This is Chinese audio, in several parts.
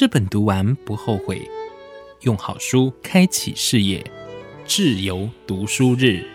这本读完不后悔，用好书开启视野，智由读书日。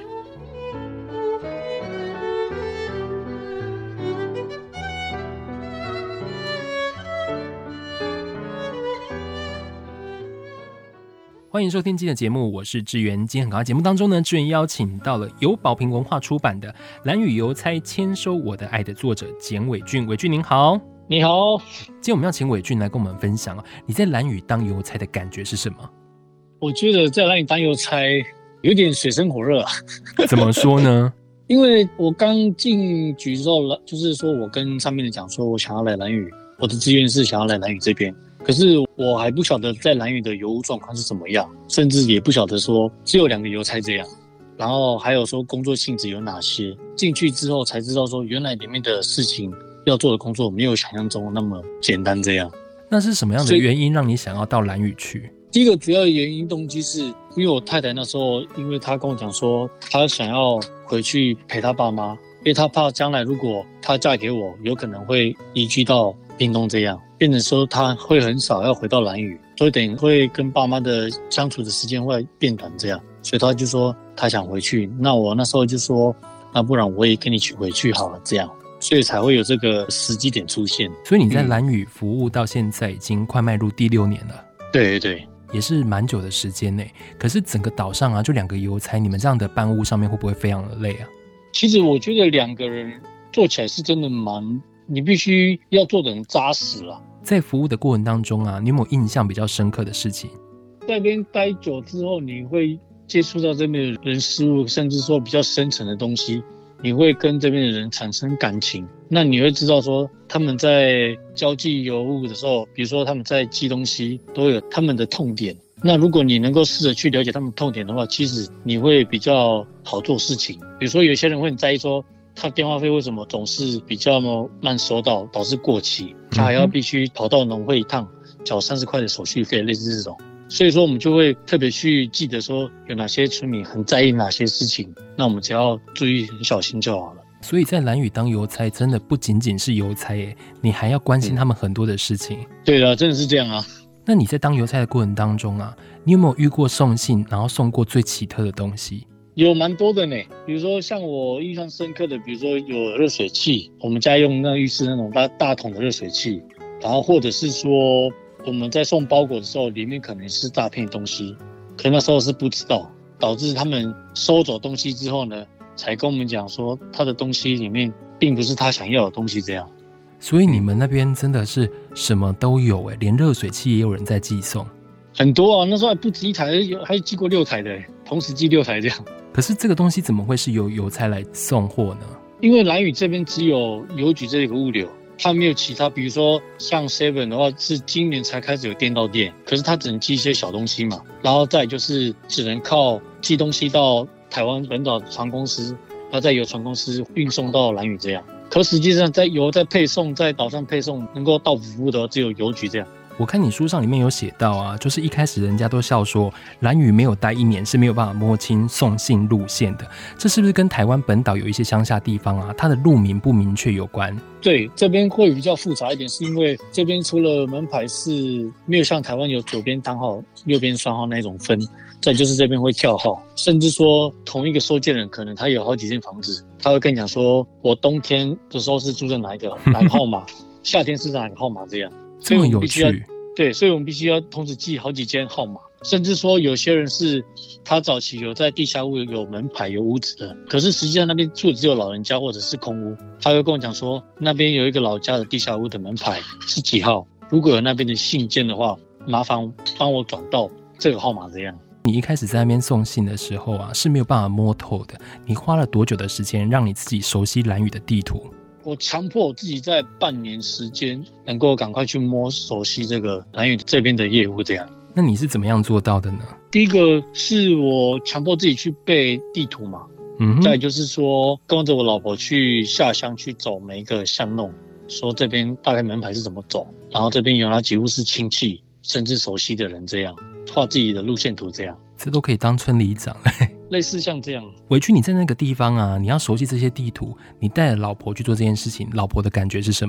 欢迎收听今天的节目，我是志源。今天很高兴节目当中呢，志源邀请到了由宝瓶文化出版的《兰屿邮差签收我的爱》的作者简伟俊。伟俊您好。 你好。 今天我们要请伟俊来跟我们分享你在兰屿当邮差的感觉是什么？ 我觉得在兰屿当邮差有点水深火热怎么说呢？ 因为我刚进局之后，就是说我跟上面的讲说我想要来兰屿，我的志愿是想要来兰屿这边，可是我还不晓得在兰屿的邮务状况是怎么样，甚至也不晓得说只有2个邮差这样，然后还有说工作性质有哪些。进去之后才知道说原来里面的事情要做的工作没有想象中那么简单这样。 那是什么样的原因让你想要到兰屿去？ 第一个主要的原因动机是因为我太太那时候，因为她跟我讲说她想要回去陪她爸妈，因为她怕将来如果她嫁给我有可能会移居到屏东这样，变成说她会很少要回到兰屿，所以等于会跟爸妈的相处的时间会变短这样，所以她就说她想回去。那我那时候就说那不然我也跟你去回去好了这样，所以才会有这个时机点出现。 所以你在兰屿服务到现在已经快迈入第6年了。 对对， 也是蛮久的时间内。可是整个岛上就2个邮差，你们这样的班务上面会不会非常的累啊？ 其实我觉得2个人做起来是真的你必须要做得很扎实啊。 在服务的过程当中你有没有印象比较深刻的事情？ 在那边待久之后，你会接触到这边的人事物，甚至说比较深层的东西，你会跟这边的人产生感情。那你会知道说他们在交际邮务的时候，比如说他们在寄东西都有他们的痛点，那如果你能够试着去了解他们痛点的话，其实你会比较好做事情。比如说有些人会很在意说他电话费为什么总是比较慢收到，导致过期，他还要必须跑到农会一趟缴30块的手续费，类似这种。所以说我们就会特别去记得说有哪些村民很在意哪些事情，那我们只要注意很小心就好了。 所以在兰屿当邮差真的不仅仅是邮差你还要关心他们很多的事情。 对的，真的是这样啊。 那你在当邮差的过程当中你有没有遇过送信然后送过最奇特的东西？ 有蛮多的呢，比如说像我印象深刻的，比如说有热水器，我们家用那浴室那种大桶的热水器，然后或者是说我们在送包裹的时候里面可能是诈骗东西，可那时候是不知道，导致他们收走东西之后呢才跟我们讲说他的东西里面并不是他想要的东西这样。 所以你们那边真的是什么都有连热水器也有人在寄送。 很多那时候还不止1台，还寄过6台的，同时寄6台这样。 可是这个东西怎么会是由邮差来送货呢？ 因为兰屿这边只有邮局这个物流，它没有其他，比如说像 Seven 的话是今年才开始有店到店，可是它只能寄一些小东西嘛，然后再就是只能靠寄东西到台湾本岛船公司，然后再由船公司运送到兰屿这样。可实际上在配送，在岛上配送能够到服务的只有邮局这样。 我看你书上里面有写到就是一开始人家都笑说兰屿没有待1年是没有办法摸清送信路线的，这是不是跟台湾本岛有一些乡下地方它的路名不明确有关？ 对，这边会比较复杂一点，是因为这边除了门牌是没有像台湾有左边单号右边双号那种分，再就是这边会跳号，甚至说同一个收件人可能他有好几间房子，他会跟你讲说我冬天的时候是住在哪个号码夏天是哪个号码这样。 这么有趣。 对，所以我们必须要同时记好几间号码，甚至说有些人是他早期有在地下屋有门牌有屋子的，可是实际上那边住的只有老人家或者是空屋，他会跟我讲说那边有一个老家的地下屋的门牌是几号，如果有那边的信件的话麻烦帮我转到这个号码这样。 你一开始在那边送信的时候是没有办法摸透的，你花了多久的时间让你自己熟悉兰屿的地图？ 我强迫我自己在半年时间能够赶快去熟悉这个兰屿这边的业务这样。 那你是怎么样做到的呢？ 第一个是我强迫自己去背地图嘛，再来就是说跟着我老婆去下乡去走每一个巷弄，说这边大概门牌是怎么走，然后这边有哪几户是亲戚甚至熟悉的人这样，画自己的路线图这样。 这都可以当村里长类似像这样。 委屈你在那个地方你要熟悉这些地图，你带着老婆去做这件事情，老婆的感觉是什么？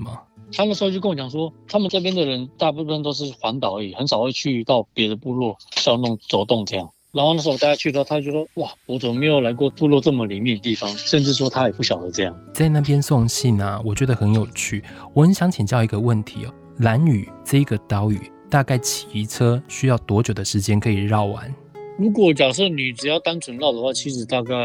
他那时候就跟我讲说，他们这边的人大部分都是环岛而已，很少会去到别的部落小弄走动这样。然后那时候我带他去的时候，他就说：“哇，我怎么没有来过部落这么里面的地方？”甚至说他也不晓得这样。 在那边送信啊，我觉得很有趣。我很想请教一个问题哦，兰屿这个岛屿大概骑车需要多久的时间可以绕完？ 如果假设你只要单纯绕的话，其实大概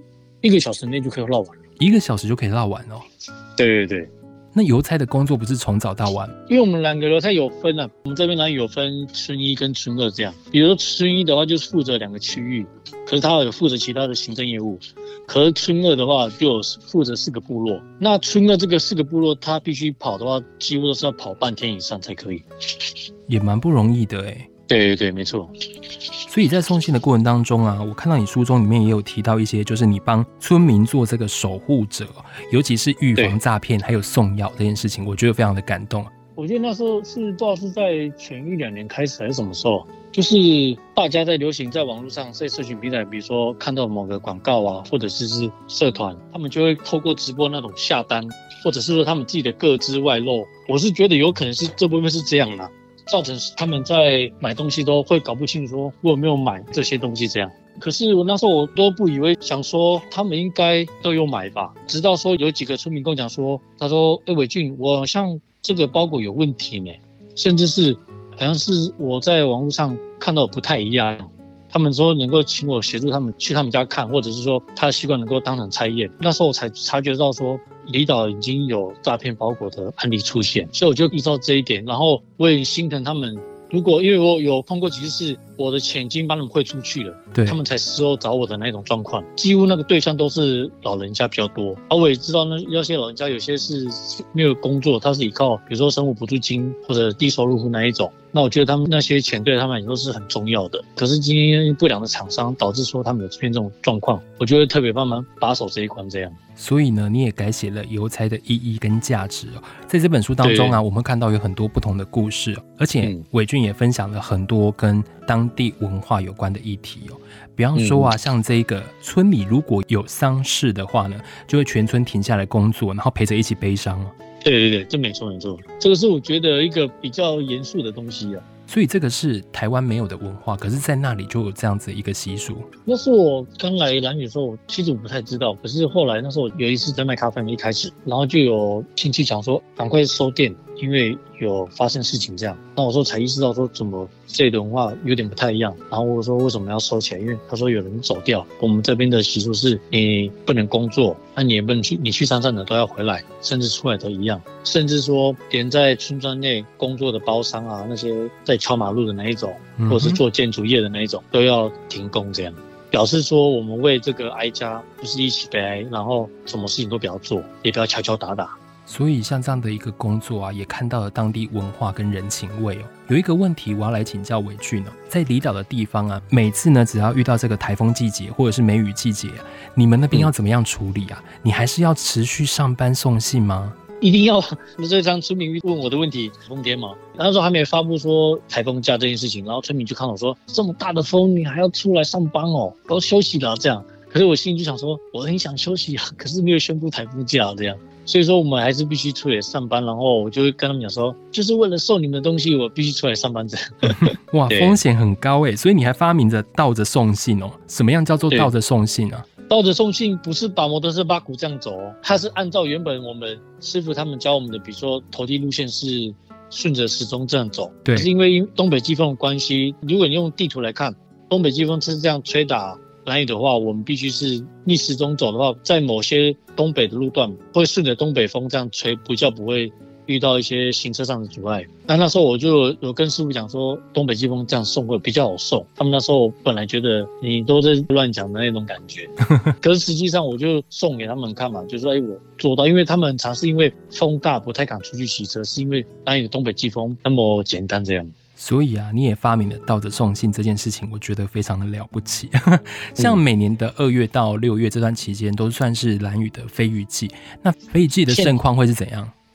1个小时内就可以绕完了。 1个小时就可以绕完哦？ 对对对。 那邮差的工作不是从早到晚？ 因为我们2个邮差有分啊，我们这边兰屿有分村1跟村2这样。比如说村1的话就是负责2个区域，可是他有负责其他的行政业务。可是村2的话就有负责4个部落。那村2这个4个部落，他必须跑的话，几乎都是要跑半天以上才可以， 也蛮不容易的欸。 对对对，没错。 所以在送信的过程当中啊，我看到你书中里面也有提到一些，就是你帮村民做这个守护者，尤其是预防诈骗还有送药这件事情，我觉得非常的感动。 我觉得那时候是不知道是在前1-2年开始还是什么时候，就是大家在流行在网络上在社群平台，比如说看到某个广告啊，或者是社团，他们就会透过直播那种下单，或者是说他们自己的个资外露。我是觉得有可能是这部分是这样啦，造成他们在买东西都会搞不清楚说我有没有买这些东西这样。可是我那时候我都不以为，想说他们应该都有买吧，直到说有几个村民跟我讲说，他说伟俊，我好像这个包裹有问题呢，甚至是好像是我在网络上看到不太一样。他们说能够请我协助他们去他们家看，或者是说他的习惯能够当场拆验。那时候我才察觉到说离岛已经有诈骗包裹的案例出现，所以我就依照这一点，然后我也心疼他们。如果因为我有碰过几次是我的钱已经帮他们汇出去了，对，他们才事后找我的那种状况，几乎那个对象都是老人家比较多。而我也知道那些老人家有些是没有工作，他是依靠比如说生活补助金或者低收入户那一种。那我觉得他们那些钱对他们也都是很重要的。可是今天不良的厂商导致说他们有出现这种状况，我就会特别帮忙把守这一关这样。 所以呢，你也改写了邮差的意义跟价值哦。在这本书当中啊，我们看到有很多不同的故事哦，而且伟俊也分享了很多跟当地文化有关的议题哦。比方说啊，像这个村里如果有丧事的话呢，就会全村停下来工作，然后陪着一起悲伤哦。 对对对，这没错没错，这个是我觉得一个比较严肃的东西啊。 所以这个是台湾没有的文化，可是在那里就有这样子一个习俗。 那是我刚来兰屿的时候，其实我不太知道，可是后来那时候有一次在卖咖啡，一开始，然后就有亲戚讲说赶快收店，因为有发生事情这样。那我说才意识到说怎么这里的文化有点不太一样，然后我说为什么要收起来，因为他说有人走掉，我们这边的习俗是你不能工作，那你也不能去，你去山上的都要回来，甚至出来都一样，甚至说连在村庄内工作的包商啊，那些在敲马路的那一种，或者是做建筑业的那一种，都要停工这样，表示说我们为这个哀家就是一起悲哀，然后什么事情都不要做，也不要敲敲打打。 所以像这样的一个工作啊，也看到了当地文化跟人情味哦。有一个问题我要来请教伟俊哦，在离岛的地方啊，每次呢只要遇到这个台风季节或者是梅雨季节，你们那边要怎么样处理啊？你还是要持续上班送信吗？ 一定要。这张村民问我的问题，台风天嘛，那时候还没发布说台风假这件事情，然后村民就看我说，这么大的风你还要出来上班哦，都休息了这样。可是我心里就想说，我很想休息啊，可是没有宣布台风假这样。所以说我们还是必须出来上班，然后我就会跟他们讲说，就是为了送你们的东西，我必须出来上班这样。 哇，风险很高耶，所以你还发明着倒着送信哦。什么样叫做倒着送信啊？ 倒着送信不是把摩托车八股这样走哦，它是按照原本我们师傅他们教我们的，比如说投递路线是顺着时钟这样走。对，是因为东北季风的关系，如果你用地图来看，东北季风是这样吹打兰屿的话，我们必须是逆时钟走的话，在某些东北的路段会顺着东北风这样吹，比较不会遇到一些行车上的阻碍。那时候我就有跟师傅讲说，东北季风这样送会比较好送。他们那时候本来觉得你都在乱讲的那种感觉，可是实际上我就送给他们看嘛，就说我做到，因为他们常是因为风大不太敢出去骑车，是因为兰屿的东北季风那么简单这样。 所以啊，你也发明了倒着送信这件事情，我觉得非常的了不起。像每年的2月到6月这段期间，都算是兰屿的飞鱼季。那飞鱼季的盛况会是怎样？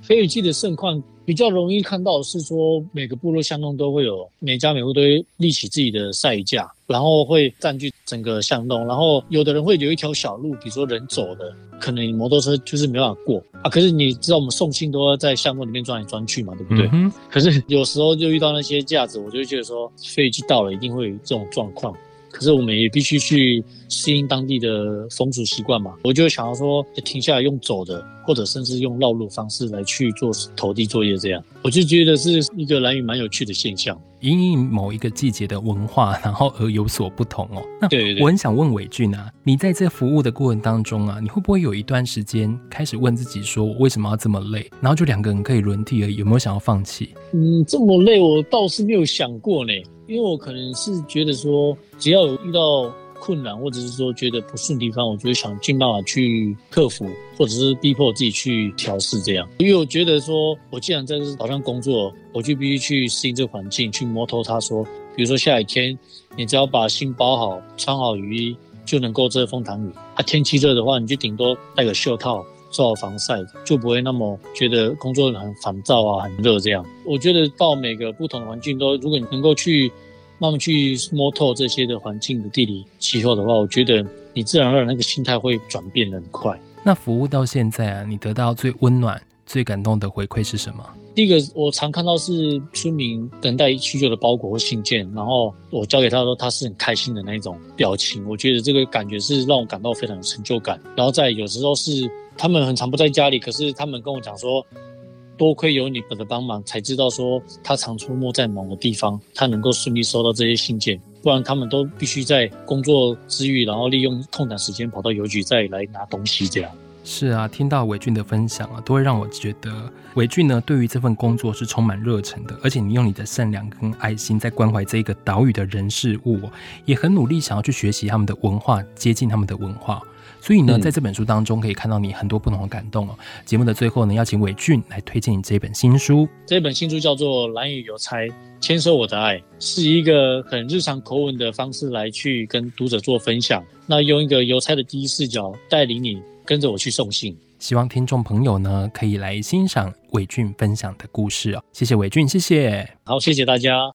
飞鱼季的盛况比较容易看到的是说，每个部落巷弄都会有每家每户都会立起自己的赛架，然后会占据整个巷弄，然后有的人会留一条小路，比如说人走的，可能你摩托车就是没办法过啊。可是你知道我们送信都要在巷弄里面钻来钻去嘛，对不对？可是有时候就遇到那些架子，我就会觉得说，飞鱼季到了一定会有这种状况。可是我们也必须去适应当地的风俗习惯嘛，我就想要说停下来用走的，或者甚至用绕路的方式来去做投递作业，这样我就觉得是一个兰屿蛮有趣的现象。 因应某一个季节的文化，然后而有所不同哦。那对我很想问伟俊啊，你在这服务的过程当中啊，你会不会有一段时间开始问自己说，我为什么要这么累？然后就2个人可以轮替而已，有没有想要放弃？ 这么累我倒是没有想过呢，因为我可能是觉得说，只要有遇到困难，或者是说觉得不顺的地方，我就会想尽办法去克服，或者是逼迫自己去调试这样。因为我觉得说，我既然在这岛上工作，我就必须去适应这个环境，去摸透它说，比如说下雨天，你只要把心包好，穿好雨衣，就能够遮风挡雨。天气热的话，你就顶多戴个袖套，做好防晒，就不会那么觉得工作很烦躁啊，很热这样。我觉得到每个不同的环境都，如果你能够去慢慢去摸透这些的环境的地理气候的话，我觉得你自然而然那个心态会转变得很快。 那服务到现在啊，你得到最温暖、最感动的回馈是什么？ 第一个我常看到是村民等待许久的包裹或信件，然后我交给他的时候，他是很开心的那种表情，我觉得这个感觉是让我感到非常有成就感。然后再有时候是他们很常不在家里，可是他们跟我讲说，多亏有你们的帮忙，才知道说他常出没在某个地方，他能够顺利收到这些信件，不然他们都必须在工作之余，然后利用空档时间跑到邮局再来拿东西这样。 是啊，听到伟俊的分享啊，都会让我觉得伟俊呢对于这份工作是充满热忱的，而且你用你的善良跟爱心在关怀这一个岛屿的人事物，也很努力想要去学习他们的文化，接近他们的文化。所以呢，在这本书当中可以看到你很多不同的感动哦。节目的最后呢，邀请伟俊来推荐你这本新书。 这本新书叫做《兰屿邮差牵手我的爱》，是一个很日常口吻的方式来去跟读者做分享。那用一个邮差的第一视角带领你跟着我去送信。 希望听众朋友呢可以来欣赏伟俊分享的故事哦。谢谢伟俊，谢谢。 好，谢谢大家。